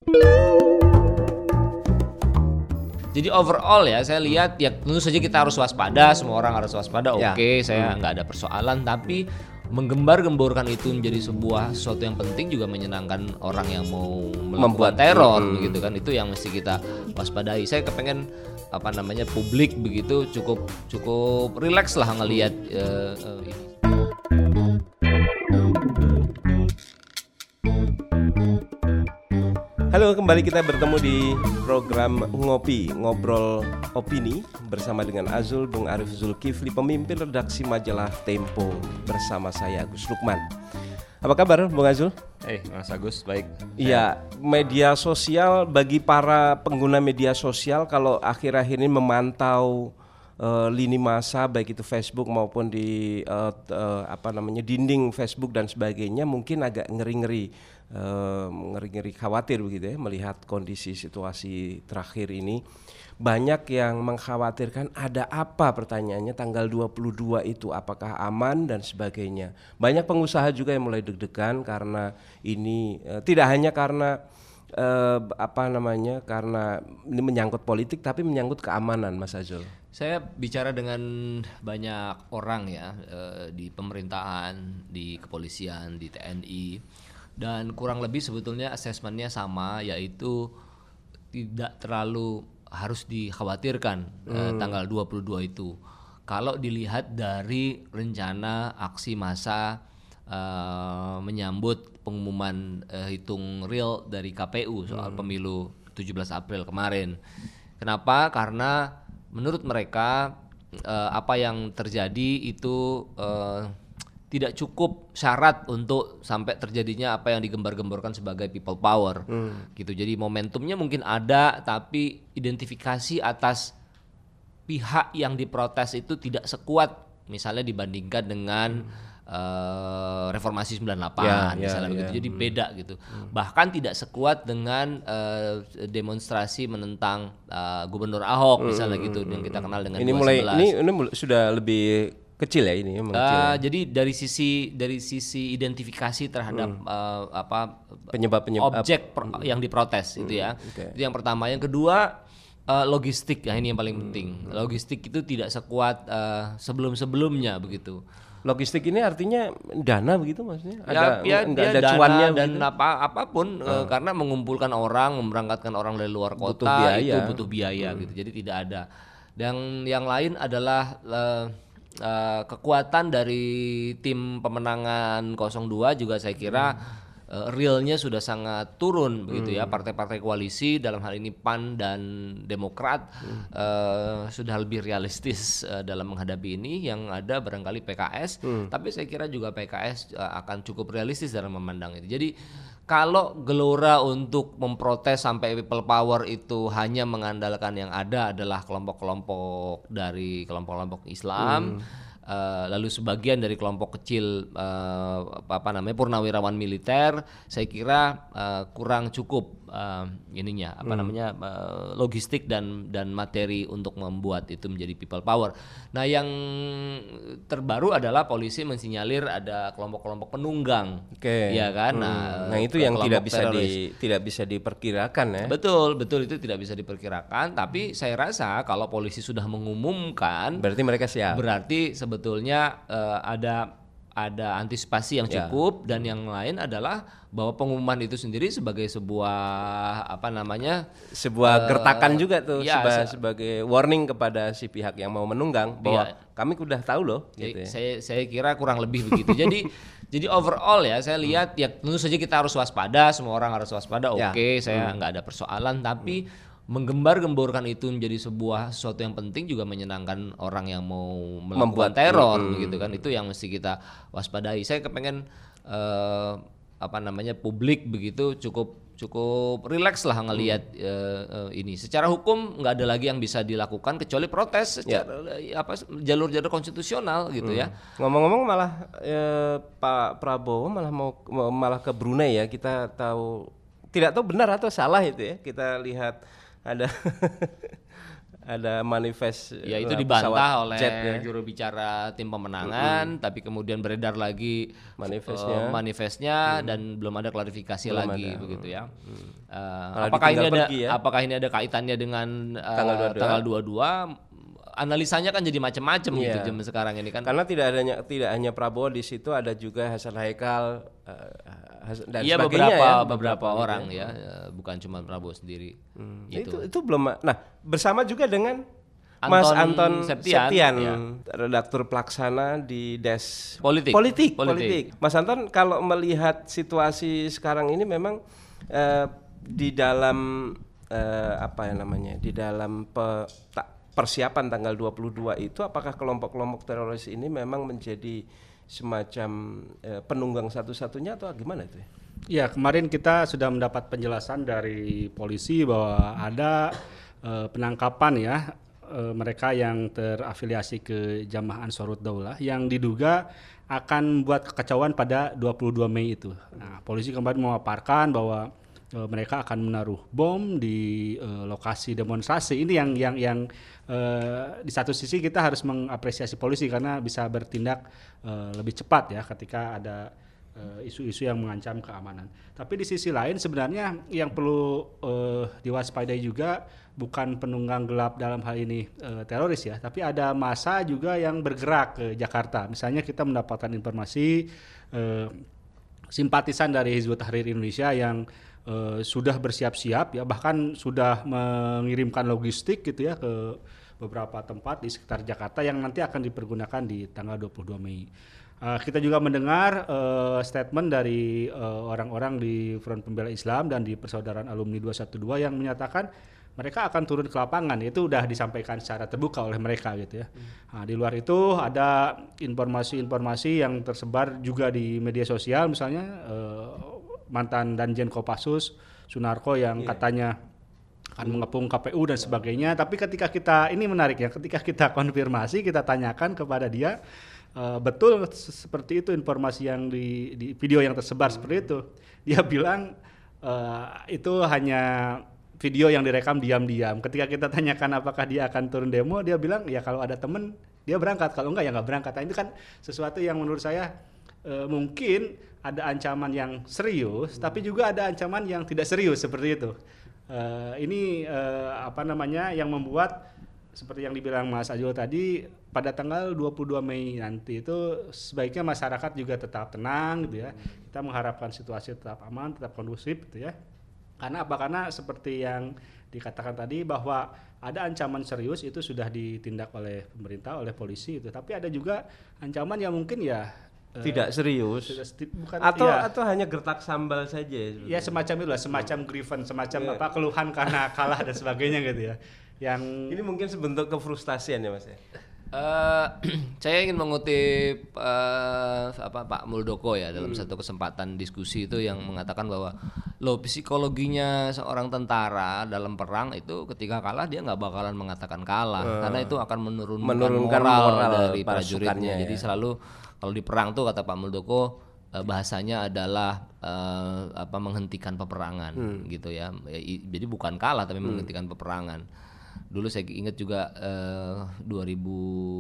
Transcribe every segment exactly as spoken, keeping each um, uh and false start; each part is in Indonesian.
Jadi overall ya saya lihat ya tentu saja kita harus waspada, semua orang harus waspada. Oke, okay, ya. saya nggak hmm. ada persoalan, tapi menggembar-gemborkan itu menjadi sebuah sesuatu yang penting juga menyenangkan orang yang mau melakukan teror hmm. begitu kan, itu yang mesti kita waspadai. Saya kepengen apa namanya publik begitu cukup cukup rileks lah ngelihat uh, uh, ini. Halo, kembali kita bertemu di program Ngopi, Ngobrol Opini bersama dengan Azul, Bung Arif Zulkifli, pemimpin redaksi majalah Tempo, bersama saya Agus Lukman. Apa kabar Bung Azul? Eh, hey, Mas Agus, baik. Iya, media sosial bagi para pengguna media sosial kalau akhir-akhir ini memantau uh, lini masa baik itu Facebook maupun di uh, uh, apa namanya dinding Facebook dan sebagainya, mungkin agak ngeri-ngeri. Uh, ngeri-ngeri khawatir begitu ya melihat kondisi situasi terakhir ini. Banyak yang mengkhawatirkan ada apa, pertanyaannya tanggal dua puluh dua itu apakah aman dan sebagainya. Banyak pengusaha juga yang mulai deg-degan karena ini uh, tidak hanya karena uh, apa namanya karena ini menyangkut politik tapi menyangkut keamanan, Mas Azul. Saya bicara dengan banyak orang ya uh, di pemerintahan, di kepolisian, di T N I. Dan kurang lebih sebetulnya asesmennya sama, yaitu tidak terlalu harus dikhawatirkan hmm. eh, tanggal dua puluh dua itu. Kalau dilihat dari rencana aksi massa eh, menyambut pengumuman eh, hitung real dari K P U soal hmm. pemilu tujuh belas April kemarin. Kenapa? Karena menurut mereka eh, apa yang terjadi itu eh, tidak cukup syarat untuk sampai terjadinya apa yang digembar-gemborkan sebagai people power hmm. gitu. Jadi momentumnya mungkin ada, tapi identifikasi atas pihak yang diprotes itu tidak sekuat misalnya dibandingkan dengan hmm. uh, reformasi sembilan puluh delapan ya, misalnya ya, begitu. Ya. Jadi hmm. beda gitu. Hmm. Bahkan tidak sekuat dengan uh, demonstrasi menentang uh, Gubernur Ahok hmm. misalnya gitu yang kita kenal dengan ini dua mulai sebelas. ini ini sudah lebih kecil ya ini. Uh, jadi dari sisi dari sisi identifikasi terhadap hmm. uh, apa penyebab penyebab objek pro, hmm. yang diprotes hmm. itu ya. Okay. Itu yang pertama. Yang kedua uh, logistik ya, ini yang paling hmm. penting. Logistik itu tidak sekuat uh, sebelum-sebelumnya begitu. Logistik ini artinya dana begitu maksudnya? Ada ya, ya, ada dana cuannya dan begitu? apa apapun hmm. uh, karena mengumpulkan orang, memberangkatkan orang dari luar kota butuh biaya. Itu butuh biaya hmm. gitu. Jadi tidak ada. Dan yang lain adalah uh, Uh, kekuatan dari tim pemenangan nol dua juga saya kira hmm. uh, realnya sudah sangat turun begitu hmm. ya. Partai-partai koalisi dalam hal ini P A N dan Demokrat hmm. uh, sudah lebih realistis uh, dalam menghadapi ini. Yang ada barangkali P K S hmm. tapi saya kira juga P K S uh, akan cukup realistis dalam memandang itu. Jadi kalau gelora untuk memprotes sampai people power itu hanya mengandalkan yang ada adalah kelompok-kelompok dari kelompok-kelompok Islam, hmm. uh, lalu sebagian dari kelompok kecil uh, apa namanya purnawirawan militer, saya kira uh, kurang cukup uh, ininya apa hmm. namanya uh, logistik dan dan materi untuk membuat itu menjadi people power. Nah, yang terbaru adalah polisi mensinyalir ada kelompok-kelompok penunggang, okay. ya kan? Hmm. Nah, nah itu yang tidak bisa di, tidak bisa diperkirakan ya. Betul, betul itu tidak bisa diperkirakan. Tapi saya rasa kalau polisi sudah mengumumkan, berarti mereka siap. Berarti sebetulnya uh, ada ada antisipasi yang cukup ya. Dan yang lain adalah bahwa pengumuman itu sendiri sebagai sebuah apa namanya sebuah uh, gertakan juga tuh ya, seba, se- sebagai warning kepada si pihak yang mau menunggang bahwa ya. Kami udah tahu loh gitu ya. Saya saya kira kurang lebih begitu. Jadi jadi overall ya saya lihat ya tentu saja kita harus waspada, semua orang harus waspada. Oke, okay, ya. Saya nggak hmm. ada persoalan, tapi hmm. menggembar-gemborkan itu menjadi sebuah sesuatu yang penting juga menyenangkan orang yang mau melakukan membuat teror hmm. begitu kan. Itu yang mesti kita waspadai. Saya kepengen uh, apa namanya publik begitu cukup cukup rileks lah ngelihat hmm. uh, uh, ini. Secara hukum nggak ada lagi yang bisa dilakukan kecuali protes secara ya. apa jalur-jalur konstitusional gitu hmm. ya. Ngomong-ngomong malah eh, Pak Prabowo malah mau malah ke Brunei ya. Kita tahu tidak tahu benar atau salah itu ya. Kita lihat ada ada manifest ya itu uh, dibantah oleh jet, ya. juru bicara tim pemenangan, mm-hmm. tapi kemudian beredar lagi manifestnya, uh, manifestnya hmm. dan belum ada klarifikasi belum lagi ada. Begitu ya. Hmm. Uh, apakah ini ada pergi, ya? apakah ini ada kaitannya dengan uh, tanggal dua puluh dua? Tanggal dua puluh dua? Analisanya kan jadi macam-macam yeah. gitu zaman sekarang ini kan. Karena tidak adanya tidak hanya Prabowo di situ, ada juga Hasan Haikal uh, dan iya, sebagainya beberapa, ya. Beberapa beberapa orang ya, ya, bukan cuma Prabowo sendiri. Hmm. Gitu. Itu itu belum. Nah, bersama juga dengan Anton Mas Anton Septian, Septian ya. redaktur pelaksana di Des Politik. Politik. Politik. Politik. Mas Anton, kalau melihat situasi sekarang ini memang uh, di dalam uh, apa ya namanya? Di dalam pe, ta, persiapan tanggal dua puluh dua itu, apakah kelompok-kelompok teroris ini memang menjadi semacam uh, penunggang satu-satunya atau gimana itu? Ya, kemarin kita sudah mendapat penjelasan dari polisi bahwa ada uh, penangkapan ya uh, mereka yang terafiliasi ke Jamaah Ansarud Daulah yang diduga akan membuat kekacauan pada dua puluh dua Mei itu. Nah, polisi kemarin memaparkan bahwa uh, mereka akan menaruh bom di uh, lokasi demonstrasi. Ini yang yang yang uh, di satu sisi kita harus mengapresiasi polisi karena bisa bertindak uh, lebih cepat ya ketika ada Uh, isu-isu yang mengancam keamanan. Tapi di sisi lain sebenarnya yang perlu uh, diwaspadai juga bukan penunggang gelap dalam hal ini uh, teroris ya, tapi ada massa juga yang bergerak ke Jakarta. Misalnya kita mendapatkan informasi uh, simpatisan dari Hizbut Tahrir Indonesia yang uh, sudah bersiap-siap ya, bahkan sudah mengirimkan logistik gitu ya ke beberapa tempat di sekitar Jakarta yang nanti akan dipergunakan di tanggal dua puluh dua Mei. Uh, kita juga mendengar uh, statement dari uh, orang-orang di Front Pembela Islam dan di Persaudaraan Alumni dua satu dua yang menyatakan mereka akan turun ke lapangan. Itu sudah disampaikan secara terbuka oleh mereka gitu ya. Hmm. Nah, di luar itu ada informasi-informasi yang tersebar juga di media sosial, misalnya uh, mantan Danjen Kopassus Sunarko yang yeah. katanya akan mengepung K P U dan sebagainya. Tapi ketika kita, ini menarik ya, ketika kita konfirmasi, kita tanyakan kepada dia, Uh, betul seperti itu informasi yang di, di video yang tersebar hmm. seperti itu. Dia bilang uh, itu hanya video yang direkam diam-diam. Ketika kita tanyakan apakah dia akan turun demo, dia bilang ya kalau ada temen dia berangkat, kalau enggak ya nggak berangkat. Nah, itu kan sesuatu yang menurut saya uh, mungkin ada ancaman yang serius, hmm. tapi juga ada ancaman yang tidak serius seperti itu. Uh, ini uh, apa namanya yang membuat seperti yang dibilang Mas Ajul tadi, pada tanggal dua puluh dua Mei nanti itu sebaiknya masyarakat juga tetap tenang gitu ya. Kita mengharapkan situasi tetap aman, tetap kondusif gitu ya. Karena apa? Karena seperti yang dikatakan tadi bahwa ada ancaman serius itu sudah ditindak oleh pemerintah, oleh polisi itu. Tapi ada juga ancaman yang mungkin ya tidak uh, serius tidak, bukan, atau ya, atau hanya gertak sambal saja sebetulnya. Ya semacam itu lah, semacam grievance, semacam yeah. apa keluhan karena kalah dan sebagainya gitu ya. Yang ini mungkin sebentuk kefrustasian ya Mas ya. Uh, saya ingin mengutip uh, apa Pak Muldoko ya dalam hmm. satu kesempatan diskusi itu yang mengatakan bahwa lo psikologinya seorang tentara dalam perang itu ketika kalah dia nggak bakalan mengatakan kalah uh, karena itu akan menurunkan, menurunkan moral, moral dari prajuritnya. Ya. Jadi selalu kalau di perang tuh kata Pak Muldoko uh, bahasanya adalah uh, apa menghentikan peperangan hmm. gitu ya. Jadi bukan kalah tapi hmm. menghentikan peperangan. Dulu saya ingat juga uh, dua ribu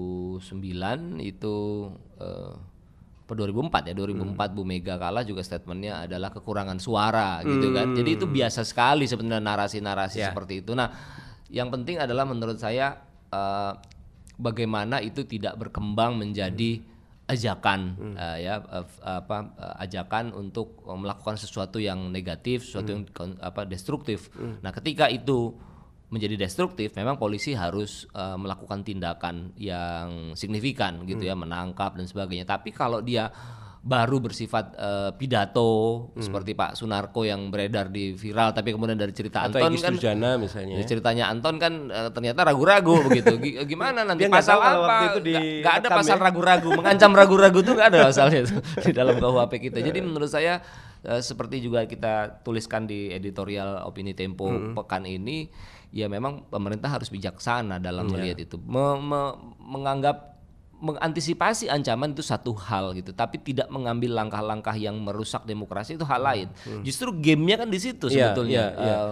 sembilan itu uh, per dua ribu empat ya dua ribu empat hmm. Bu Mega kalah juga statementnya adalah kekurangan suara gitu hmm. kan. Jadi itu biasa sekali sebenarnya narasi-narasi yeah. seperti itu. Nah, yang penting adalah menurut saya uh, bagaimana itu tidak berkembang menjadi ajakan hmm. uh, ya uh, apa uh, ajakan untuk uh, melakukan sesuatu yang negatif, sesuatu hmm. yang apa destruktif. Hmm. Nah, ketika itu menjadi destruktif, memang polisi harus uh, melakukan tindakan yang signifikan gitu hmm. ya, menangkap dan sebagainya. Tapi kalau dia baru bersifat uh, pidato hmm. seperti Pak Sunarko yang beredar di viral, tapi kemudian dari cerita atau Anton kan, Sujana misalnya, ceritanya Anton kan uh, ternyata ragu-ragu begitu. G- gimana nanti pasal apa? Gak ada pasal ya? ragu-ragu, mengancam ragu-ragu tuh gak ada pasalnya itu di dalam K U H P kita. Jadi menurut saya uh, seperti juga kita tuliskan di editorial Opini Tempo hmm. pekan ini. Ya memang pemerintah harus bijaksana dalam yeah. melihat itu, me- me- menganggap mengantisipasi ancaman itu satu hal gitu, tapi tidak mengambil langkah-langkah yang merusak demokrasi itu hal lain. Hmm. Justru gamenya kan di situ sebetulnya. Yeah, yeah, yeah. Uh,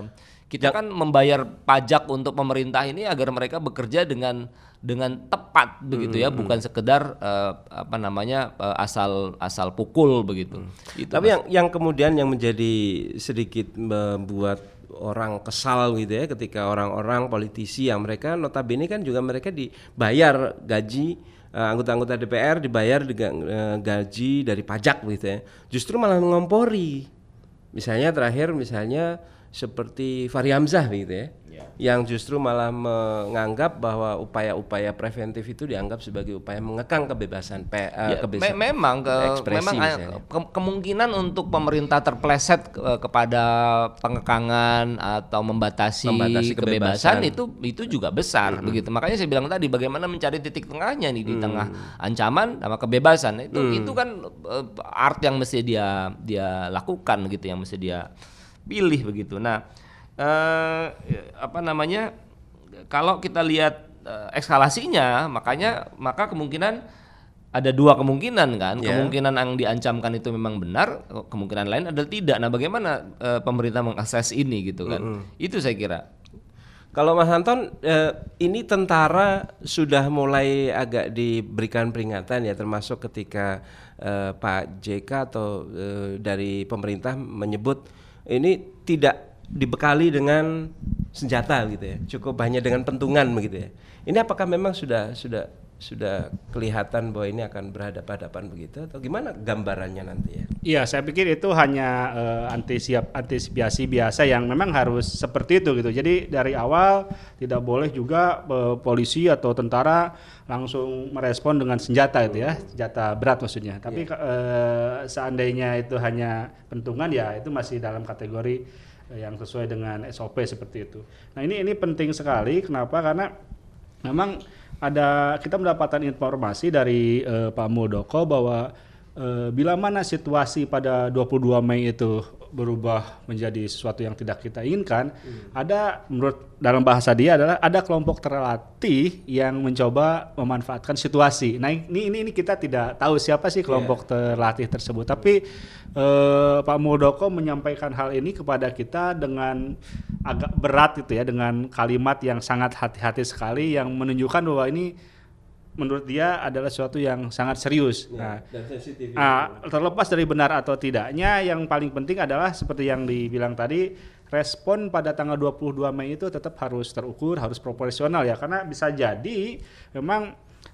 Kita kan membayar pajak untuk pemerintah ini agar mereka bekerja dengan dengan tepat begitu ya, bukan sekedar uh, apa namanya uh, asal asal pukul begitu. Itu, Tapi Mas. yang yang kemudian yang menjadi sedikit membuat orang kesal gitu ya, ketika orang-orang politisi yang mereka notabene kan juga mereka dibayar gaji, uh, anggota-anggota D P R dibayar dengan uh, gaji dari pajak gitu ya, justru malah mengompori. Misalnya terakhir misalnya seperti Fahri Hamzah gitu ya, yeah. yang justru malah menganggap bahwa upaya-upaya preventif itu dianggap sebagai upaya mengekang kebebasan, pe, uh, ya, kebebasan me memang ke, memang ke, kemungkinan untuk pemerintah terpleset ke, kepada pengekangan atau membatasi, membatasi kebebasan, kebebasan itu itu juga besar mm-hmm. begitu. Makanya saya bilang tadi bagaimana mencari titik tengahnya nih di mm. tengah ancaman sama kebebasan itu mm. itu kan uh, art yang mesti dia dia lakukan gitu, yang mesti dia pilih begitu. Nah, eh, apa namanya? Kalau kita lihat eh, eskalasinya, makanya maka kemungkinan ada dua kemungkinan kan. Yeah. Kemungkinan yang diancamkan itu memang benar, kemungkinan lain adalah tidak. Nah, bagaimana eh, pemerintah mengakses ini gitu kan? Mm-hmm. Itu saya kira. Kalau Mas Anton, eh, ini tentara sudah mulai agak diberikan peringatan ya, termasuk ketika eh, Pak J K atau eh, dari pemerintah menyebut ini tidak dibekali dengan senjata gitu ya, cukup hanya dengan pentungan begitu ya. Ini apakah memang sudah sudah sudah kelihatan bahwa ini akan berhadapan-hadapan begitu atau gimana gambarannya nanti ya? Iya, saya pikir itu hanya uh, antisip, antisipasi biasa yang memang harus seperti itu gitu. Jadi dari awal tidak boleh juga uh, polisi atau tentara langsung merespon dengan senjata gitu ya, senjata berat maksudnya. Tapi yeah. uh, seandainya itu hanya pentungan ya itu masih dalam kategori uh, yang sesuai dengan S O P seperti itu. Nah ini ini penting sekali. Kenapa? Karena memang ada kita mendapatkan informasi dari uh, Pak Muldoko bahwa uh, bila mana situasi pada dua puluh dua Mei itu berubah menjadi sesuatu yang tidak kita inginkan, hmm. ada menurut dalam bahasa dia adalah ada kelompok terlatih yang mencoba memanfaatkan situasi. Nah ini ini, ini kita tidak tahu siapa sih kelompok yeah. terlatih tersebut. Tapi uh, Pak Muldoko menyampaikan hal ini kepada kita dengan agak berat gitu ya, dengan kalimat yang sangat hati-hati sekali yang menunjukkan bahwa ini menurut dia adalah sesuatu yang sangat serius. Ya, nah, dan sensitif. Nah, terlepas dari benar atau tidaknya, yang paling penting adalah seperti yang dibilang tadi, respon pada tanggal dua puluh dua Mei itu tetap harus terukur, harus proporsional ya, karena bisa jadi memang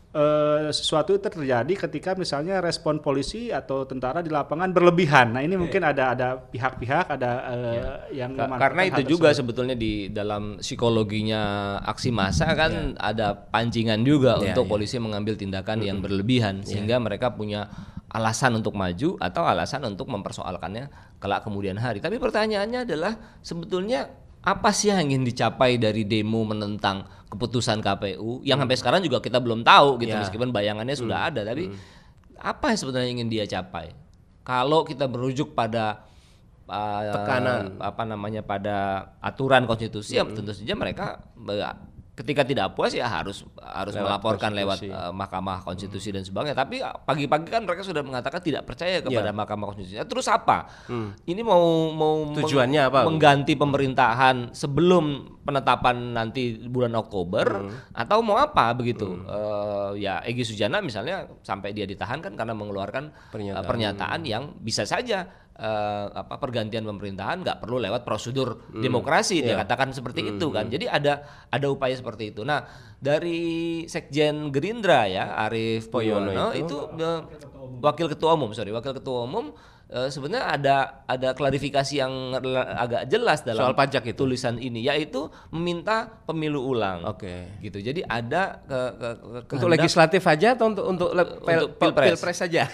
Uh, sesuatu itu terjadi ketika misalnya respon polisi atau tentara di lapangan berlebihan. Nah ini okay. mungkin ada ada pihak-pihak ada uh, ya. yang Ka- karena itu juga sebetulnya di dalam psikologinya aksi massa kan ya. ada pancingan juga ya, untuk ya. polisi mengambil tindakan hmm. yang berlebihan sehingga ya. mereka punya alasan untuk maju atau alasan untuk mempersoalkannya kelak kemudian hari. Tapi pertanyaannya adalah sebetulnya apa sih yang ingin dicapai dari demo menentang keputusan K P U yang hmm. sampai sekarang juga kita belum tahu gitu ya. meskipun bayangannya hmm. sudah ada, tapi hmm. apa yang sebetulnya ingin dia capai? Kalau kita merujuk pada uh, tekanan apa namanya pada aturan konstitusi hmm. ya tentu saja mereka ketika tidak puas ya harus harus lewat melaporkan konstitusi. lewat uh, Mahkamah Konstitusi hmm. dan sebagainya. Tapi pagi-pagi kan mereka sudah mengatakan tidak percaya kepada ya. Mahkamah Konstitusi. Terus apa? Hmm. Ini mau mau tujuannya meng- apa? Mengganti pemerintahan sebelum penetapan nanti bulan Oktober hmm. atau mau apa begitu? Hmm. Uh, ya Egy Sujana misalnya sampai dia ditahan kan karena mengeluarkan pernyataan, uh, pernyataan hmm. yang bisa saja Uh, apa pergantian pemerintahan nggak perlu lewat prosedur hmm. demokrasi yeah. dia katakan seperti hmm. itu kan. Jadi ada ada upaya seperti itu. Nah dari Sekjen Gerindra ya Arief Poyono itu, itu uh, wakil ketua umum sorry wakil ketua umum uh, sebenarnya ada ada klarifikasi yang agak jelas dalam soal pajak itu. tulisan ini yaitu meminta pemilu ulang. Oke. Okay. Gitu. Jadi ada ke, ke, ke untuk legislatif aja atau untuk untuk, le- pel- untuk pilpres. pilpres saja.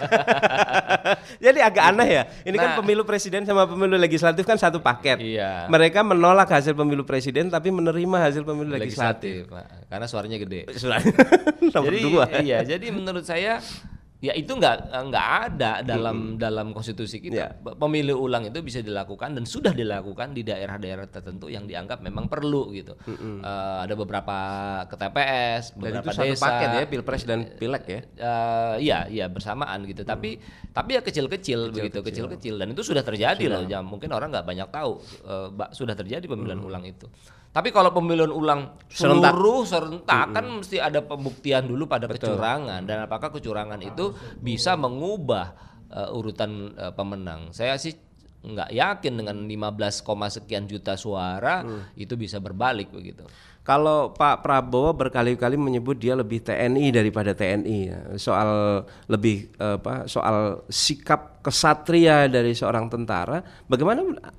Jadi agak aneh ya. Ini nah, kan pemilu presiden sama pemilu legislatif kan satu paket. Iya. Mereka menolak hasil pemilu presiden tapi menerima hasil pemilu legislatif. legislatif. Nah, karena suaranya gede. Suaranya nomor jadi, dua. Iya, jadi menurut saya Ya itu nggak nggak ada dalam hmm. dalam konstitusi kita. Yeah. Pemilu ulang itu bisa dilakukan dan sudah dilakukan di daerah-daerah tertentu yang dianggap memang perlu gitu. Hmm. Uh, ada beberapa ke T P S, beberapa dan itu desa. Satu paket ya, pilpres dan pileg ya. Uh, iya, iya bersamaan gitu. Hmm. Tapi tapi ya kecil-kecil begitu, kecil-kecil dan itu sudah terjadi sudah. loh. Ya, mungkin orang nggak banyak tahu uh, sudah terjadi pemilihan hmm. ulang itu. Tapi kalau pemilihan ulang serentak. seluruh serentak kan mm-hmm. mesti ada pembuktian dulu pada Betul. kecurangan dan apakah kecurangan itu bisa mengubah uh, urutan uh, pemenang. Saya sih nggak yakin dengan lima belas, sekian juta suara mm. itu bisa berbalik begitu. Kalau Pak Prabowo berkali-kali menyebut dia lebih T N I daripada T N I ya. Soal lebih apa soal sikap kesatria dari seorang tentara, bagaimana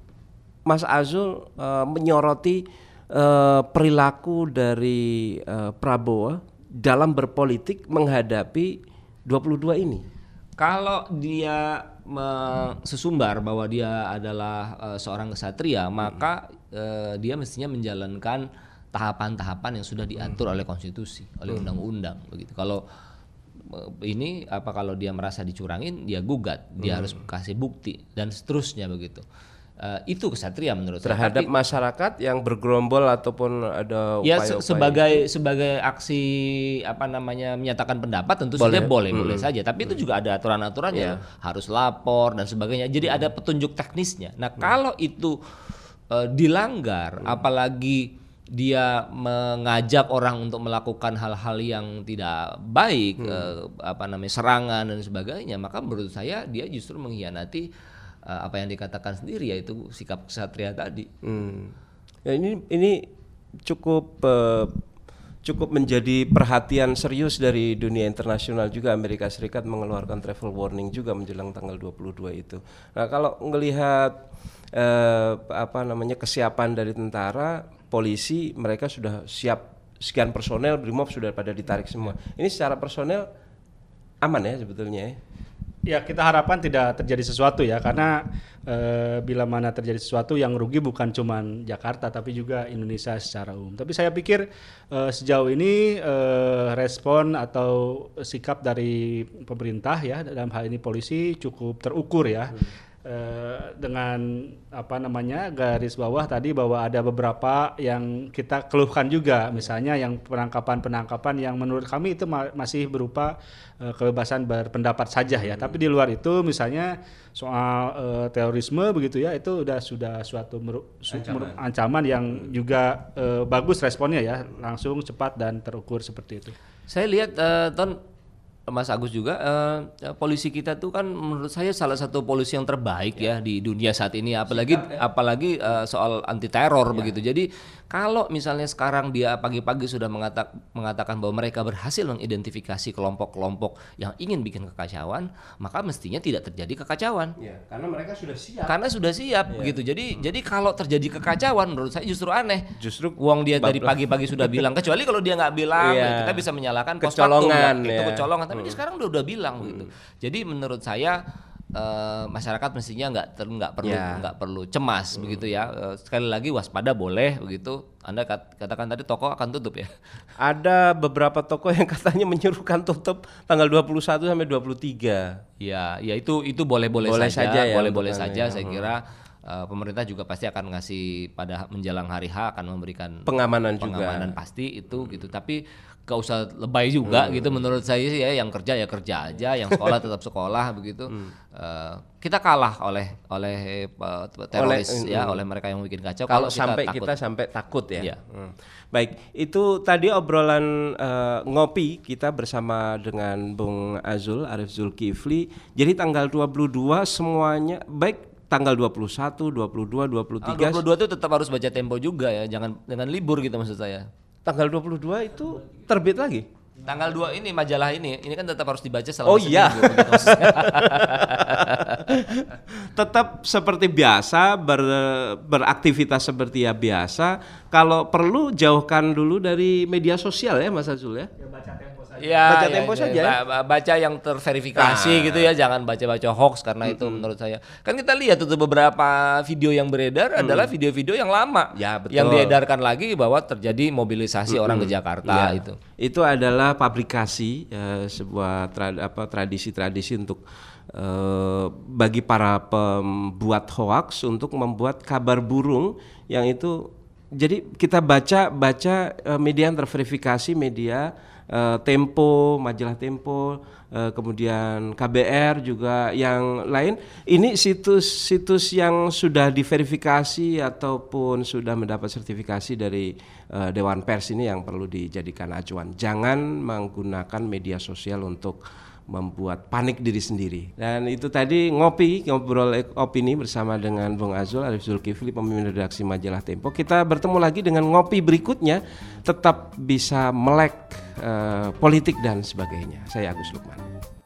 Mas Azul uh, menyoroti Uh, perilaku dari uh, Prabowo dalam berpolitik menghadapi dua puluh dua ini? Kalau dia me- sesumbar bahwa dia adalah uh, seorang kesatria, hmm. maka uh, dia mestinya menjalankan tahapan-tahapan yang sudah diatur hmm. oleh konstitusi, oleh hmm. undang-undang begitu. Kalau uh, ini apa kalau dia merasa dicurangin, dia gugat, dia hmm. harus kasih bukti dan seterusnya begitu. Uh, itu kesatria menurut terhadap saya. Terhadap masyarakat yang bergerombol ataupun ada ya upaya-upaya sebagai itu. sebagai aksi apa namanya menyatakan pendapat tentu boleh. saja boleh hmm. boleh saja. Tapi hmm. itu juga ada aturan-aturannya, yeah. harus lapor dan sebagainya. Jadi hmm. ada petunjuk teknisnya. Nah hmm. kalau itu uh, dilanggar, hmm. apalagi dia mengajak orang untuk melakukan hal-hal yang tidak baik, hmm. uh, apa namanya serangan dan sebagainya, maka menurut saya dia justru mengkhianati Uh, apa yang dikatakan sendiri yaitu sikap kesatria tadi. Hmm. Ya ini ini cukup uh, cukup menjadi perhatian serius dari dunia internasional juga. Amerika Serikat mengeluarkan travel warning juga menjelang tanggal dua puluh dua itu. Nah kalau melihat uh, apa namanya kesiapan dari tentara, polisi, mereka sudah siap sekian personel, Brimob sudah pada ditarik semua. Ini secara personel aman ya sebetulnya ya. Ya kita harapkan tidak terjadi sesuatu ya karena e, bila mana terjadi sesuatu yang rugi bukan cuma Jakarta tapi juga Indonesia secara umum. Tapi saya pikir e, sejauh ini e, respon atau sikap dari pemerintah ya dalam hal ini polisi cukup terukur ya. Hmm. Uh, dengan apa namanya garis bawah tadi bahwa ada beberapa yang kita keluhkan juga, misalnya yang penangkapan-penangkapan yang menurut kami itu ma- masih berupa uh, kebebasan berpendapat saja ya. Hmm. Tapi di luar itu misalnya soal uh, terorisme begitu ya, itu udah sudah suatu meru- ancaman. Meru- ancaman yang hmm. juga uh, bagus responnya ya, langsung cepat dan terukur seperti itu. Saya lihat uh, Ton Mas Agus juga uh, polisi kita tuh kan menurut saya salah satu polisi yang terbaik ya, ya di dunia saat ini apalagi Sikap, ya. apalagi uh, soal anti teror ya. begitu. Jadi kalau misalnya sekarang dia pagi-pagi sudah mengatak, mengatakan bahwa mereka berhasil mengidentifikasi kelompok-kelompok yang ingin bikin kekacauan, maka mestinya tidak terjadi kekacauan. Ya, karena mereka sudah siap. Karena sudah siap ya. begitu. Jadi hmm. jadi kalau terjadi kekacauan menurut saya justru aneh. Justru uang dia dari pagi-pagi sudah bilang, kecuali kalau dia nggak bilang ya. kita bisa menyalahkan pos waktu ya. itu kecolongan. Tapi hmm. dia sekarang udah udah bilang hmm. gitu. Jadi menurut saya uh, masyarakat mestinya nggak nggak perlu nggak ya. perlu cemas hmm. begitu ya. Uh, sekali lagi waspada boleh begitu. Anda kat, katakan tadi toko akan tutup ya. Ada beberapa toko yang katanya menyuruhkan tutup tanggal dua puluh satu sampai dua puluh tiga. Ya, ya itu itu boleh-boleh boleh saja, saja ya, boleh-boleh saja ya. saya kira. Uh, pemerintah juga pasti akan ngasih pada menjelang hari H akan memberikan pengamanan, pengamanan juga. pasti itu hmm. gitu. Tapi gak usah lebay juga hmm. gitu menurut saya sih ya, yang kerja ya kerja aja, yang sekolah tetap sekolah begitu. Hmm. Uh, kita kalah oleh oleh uh, teroris oleh, ya, hmm. oleh mereka yang bikin kacau. Kalau sampai kita, kita sampai takut ya. ya. Hmm. Baik, itu tadi obrolan uh, ngopi kita bersama dengan Bung Azul Arif Zulkifli. Jadi tanggal dua puluh dua semuanya baik. Tanggal dua puluh satu, dua puluh dua, dua puluh tiga. Ah, dua puluh dua itu tetap harus baca Tempo juga ya, jangan dengan libur gitu maksud saya. Tanggal dua puluh dua itu terbit lagi. Tanggal dua ini majalah ini, ini kan tetap harus dibaca selama oh, seminggu. Iya. Gitu, tetap seperti biasa ber, beraktivitas seperti ya biasa. Kalau perlu jauhkan dulu dari media sosial ya Mas Azul ya. Ya baca Tempo saja. Ya, baca ya, Tempo ya, saja. ba- ba- baca yang terverifikasi Nah. gitu ya, jangan baca-baca hoax karena itu menurut saya. Kan kita lihat itu beberapa video yang beredar adalah video-video yang lama. Ya, betul. Yang diedarkan lagi bahwa terjadi mobilisasi orang ke Jakarta Iya. itu. Itu adalah pabrikasi eh, sebuah tra- apa tradisi-tradisi untuk eh, bagi para pembuat hoax untuk membuat kabar burung yang itu. Jadi kita baca baca eh, media yang terverifikasi, media eh, Tempo, majalah Tempo, eh, kemudian K B R juga yang lain. Ini situs-situs yang sudah diverifikasi ataupun sudah mendapat sertifikasi dari eh, Dewan Pers ini yang perlu dijadikan acuan. Jangan menggunakan media sosial untuk membuat panik diri sendiri. Dan itu tadi ngopi, ngobrol opini bersama dengan Bung Azul Arif Zulkifli, pemimpin redaksi majalah Tempo. Kita bertemu lagi dengan ngopi berikutnya, tetap bisa melek uh, politik dan sebagainya. Saya Agus Lukman.